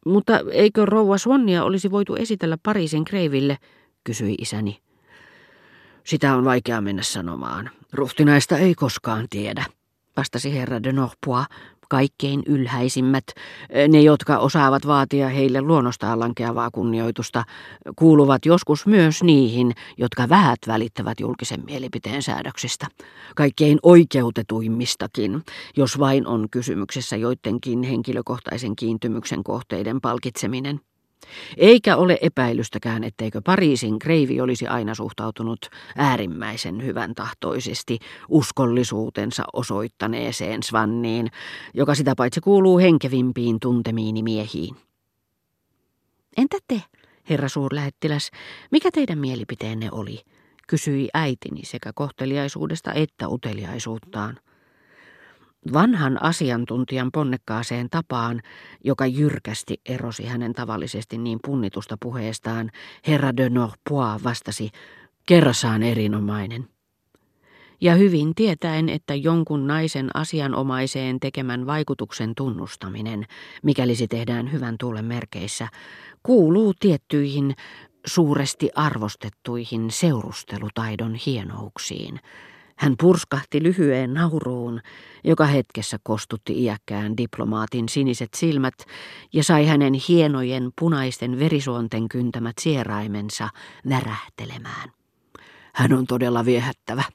Mutta eikö rouva Swannia olisi voitu esitellä Pariisin kreiville, kysyi isäni. Sitä on vaikea mennä sanomaan. Ruhtinaista ei koskaan tiedä, vastasi herra de Norpois, kaikkein ylhäisimmät, ne jotka osaavat vaatia heille luonnostaan lankeavaa kunnioitusta, kuuluvat joskus myös niihin, jotka vähät välittävät julkisen mielipiteen säädöksistä. Kaikkein oikeutetuimmistakin, jos vain on kysymyksessä joidenkin henkilökohtaisen kiintymyksen kohteiden palkitseminen. Eikä ole epäilystäkään, etteikö Pariisin kreivi olisi aina suhtautunut äärimmäisen hyvän tahtoisesti uskollisuutensa osoittaneeseen Swanniin, joka sitä paitsi kuuluu henkevimpiin tuntemiini miehiin. Entä te, herra suurlähettiläs, mikä teidän mielipiteenne oli, kysyi äitini sekä kohteliaisuudesta että uteliaisuuttaan. Vanhan asiantuntijan ponnekkaaseen tapaan, joka jyrkästi erosi hänen tavallisesti niin punnitusta puheestaan, herra de Norpois vastasi, kerrassaan erinomainen. Ja hyvin tietäen, että jonkun naisen asianomaiseen tekemän vaikutuksen tunnustaminen, mikäli se tehdään hyvän tuulen merkeissä, kuuluu tiettyihin suuresti arvostettuihin seurustelutaidon hienouksiin. Hän purskahti lyhyeen nauruun, joka hetkessä kostutti iäkkään diplomaatin siniset silmät ja sai hänen hienojen punaisten verisuonten kyntämät sieraimensa värähtelemään. Hän on todella viehättävä.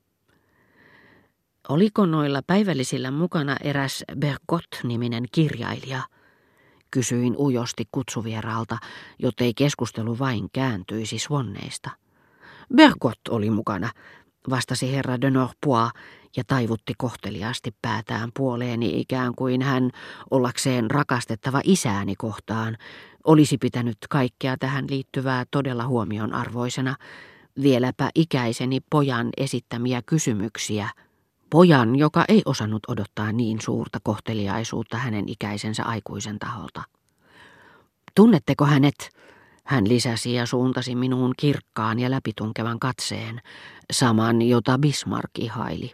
Oliko noilla päivällisillä mukana eräs Bergotte-niminen kirjailija? Kysyin ujosti kutsuvieraalta, jottei keskustelu vain kääntyisi Swanneista. Bergotte oli mukana, vastasi herra de Norpois ja taivutti kohteliaasti päätään puoleeni ikään kuin hän, ollakseen rakastettava isääni kohtaan, olisi pitänyt kaikkea tähän liittyvää todella huomionarvoisena, vieläpä ikäiseni pojan esittämiä kysymyksiä. Pojan, joka ei osannut odottaa niin suurta kohteliaisuutta hänen ikäisensä aikuisen taholta. Tunnetteko hänet? Hän lisäsi ja suuntasi minuun kirkkaan ja läpitunkevan katseen, saman jota Bismarck ihaili.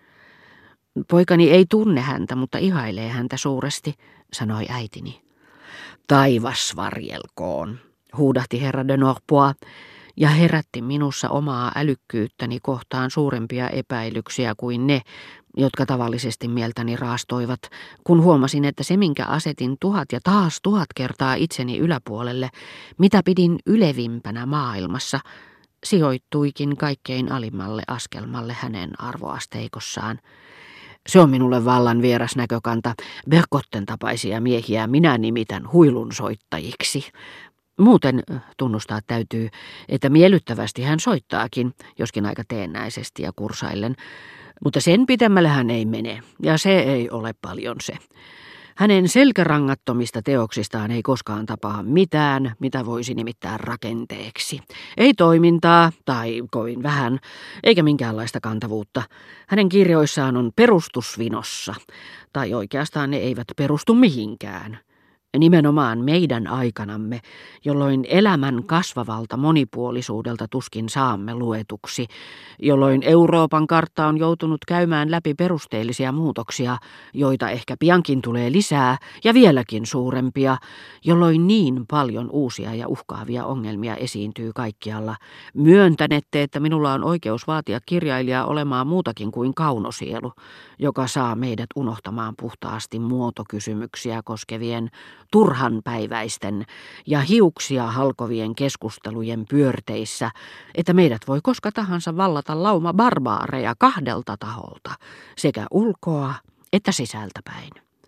Poikani ei tunne häntä, mutta ihailee häntä suuresti, sanoi äitini. Taivas varjelkoon, huudahti herra de Norpois ja herätti minussa omaa älykkyyttäni kohtaan suurempia epäilyksiä kuin ne, jotka tavallisesti mieltäni raastoivat, kun huomasin, että se, minkä asetin 1000 ja taas 1000 kertaa itseni yläpuolelle, mitä pidin ylevimpänä maailmassa, sijoittuikin kaikkein alimmalle askelmalle hänen arvoasteikossaan. Se on minulle vallan vieras näkökanta. Bergotten tapaisia miehiä minä nimitän huilunsoittajiksi. Muuten tunnustaa täytyy, että miellyttävästi hän soittaakin, joskin aika teennäisesti ja kursaillen, mutta sen pitemmälle hän ei mene, ja se ei ole paljon se. Hänen selkärangattomista teoksistaan ei koskaan tapaa mitään, mitä voisi nimittää rakenteeksi. Ei toimintaa, tai kovin vähän, eikä minkäänlaista kantavuutta. Hänen kirjoissaan on perustusvinossa, tai oikeastaan ne eivät perustu mihinkään. Nimenomaan meidän aikanamme, jolloin elämän kasvavalta monipuolisuudelta tuskin saamme luetuksi, jolloin Euroopan kartta on joutunut käymään läpi perusteellisia muutoksia, joita ehkä piankin tulee lisää ja vieläkin suurempia, jolloin niin paljon uusia ja uhkaavia ongelmia esiintyy kaikkialla. Myöntänette, että minulla on oikeus vaatia kirjailijaa olemaan muutakin kuin kaunosielu, joka saa meidät unohtamaan puhtaasti muotokysymyksiä koskevien turhanpäiväisten ja hiuksia halkovien keskustelujen pyörteissä, että meidät voi koska tahansa vallata lauma barbaareja 2 taholta, sekä ulkoa että sisältäpäin.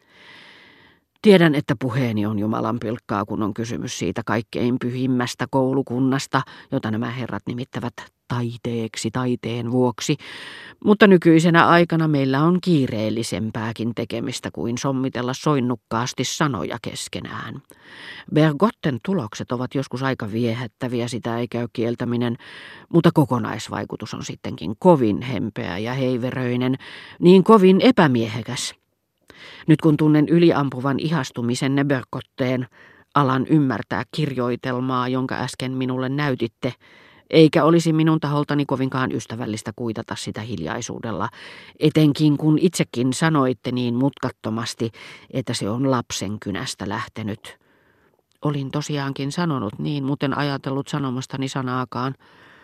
Tiedän, että puheeni on Jumalan pilkkaa, kun on kysymys siitä kaikkein pyhimmästä koulukunnasta, jota nämä herrat nimittävät taiteeksi taiteen vuoksi, mutta nykyisenä aikana meillä on kiireellisempääkin tekemistä kuin sommitella soinnukkaasti sanoja keskenään. Bergotten tulokset ovat joskus aika viehättäviä, sitä ei käy kieltäminen, mutta kokonaisvaikutus on sittenkin kovin hempeä ja heiveröinen, niin kovin epämiehekäs. Nyt kun tunnen yliampuvan ihastumisenne Bergotteen, alan ymmärtää kirjoitelmaa, jonka äsken minulle näytitte, eikä olisi minun taholtani kovinkaan ystävällistä kuitata sitä hiljaisuudella, etenkin kun itsekin sanoitte niin mutkattomasti, että se on lapsen kynästä lähtenyt. Olin tosiaankin sanonut niin, mutten ajatellut sanomastani sanaakaan.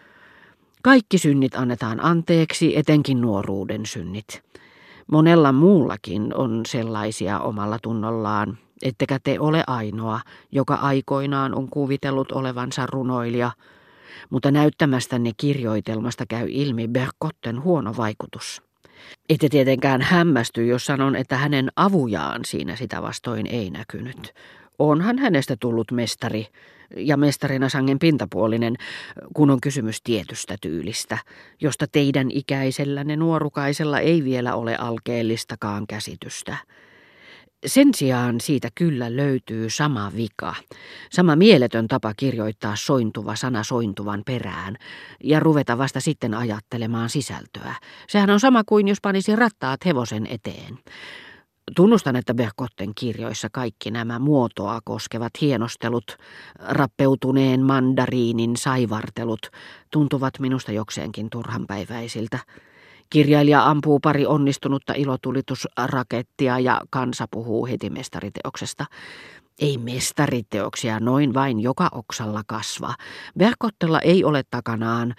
Kaikki synnit annetaan anteeksi, etenkin nuoruuden synnit. Monella muullakin on sellaisia omalla tunnollaan, ettekä te ole ainoa, joka aikoinaan on kuvitellut olevansa runoilija, mutta näyttämästänne kirjoitelmasta käy ilmi Bergotten huono vaikutus. Ette tietenkään hämmästy, jos sanon, että hänen avujaan siinä sitä vastoin ei näkynyt. Onhan hänestä tullut mestari, ja mestarina sangen pintapuolinen, kun on kysymys tietystä tyylistä, josta teidän ikäisellänne nuorukaisella ei vielä ole alkeellistakaan käsitystä. Sen sijaan siitä kyllä löytyy sama vika, sama mieletön tapa kirjoittaa sointuva sana sointuvan perään ja ruveta vasta sitten ajattelemaan sisältöä. Sehän on sama kuin jos panisi rattaat hevosen eteen. Tunnustan, että Bergotten kirjoissa kaikki nämä muotoa koskevat hienostelut, rappeutuneen mandariinin saivartelut tuntuvat minusta jokseenkin turhanpäiväisiltä. Kirjailija ampuu pari onnistunutta ilotulitusrakettia ja kansa puhuu heti mestariteoksesta. Ei mestariteoksia noin vain joka oksalla kasva. Bergottella ei ole takanaan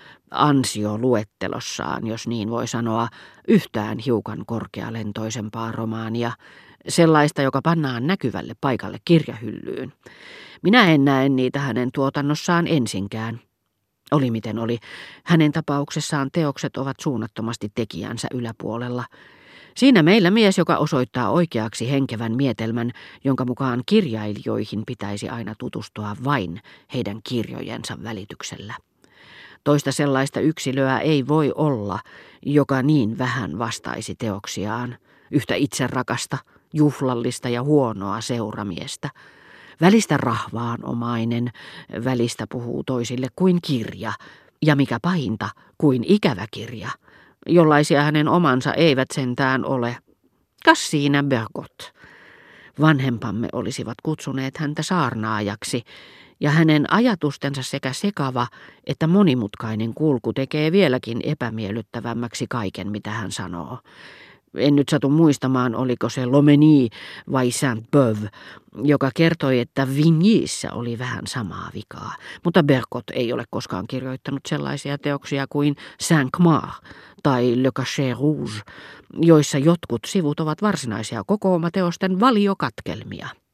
ansioluettelossaan, jos niin voi sanoa, yhtään hiukan korkealentoisempaa romaania, sellaista, joka pannaan näkyvälle paikalle kirjahyllyyn. Minä en näe niitä hänen tuotannossaan ensinkään. Oli miten oli, hänen tapauksessaan teokset ovat suunnattomasti tekijänsä yläpuolella. Siinä meillä mies, joka osoittaa oikeaksi henkevän mietelmän, jonka mukaan kirjailijoihin pitäisi aina tutustua vain heidän kirjojensa välityksellä. Toista sellaista yksilöä ei voi olla, joka niin vähän vastaisi teoksiaan, yhtä itserakasta, juhlallista ja huonoa seuramiestä. Välistä rahvaanomainen, välistä puhuu toisille kuin kirja, ja mikä pahinta, kuin ikävä kirja, jollaisia hänen omansa eivät sentään ole. Kas siinä Bergot. Vanhempamme olisivat kutsuneet häntä saarnaajaksi, ja hänen ajatustensa sekä sekava että monimutkainen kulku tekee vieläkin epämiellyttävämmäksi kaiken, mitä hän sanoo. En nyt satu muistamaan, oliko se Lomenie vai Saint-Beuve, joka kertoi, että Vignyssä oli vähän samaa vikaa. Mutta Bergot ei ole koskaan kirjoittanut sellaisia teoksia kuin Cinq-Mars tai Le Cachet Rouge, joissa jotkut sivut ovat varsinaisia kokoomateosten valiokatkelmia.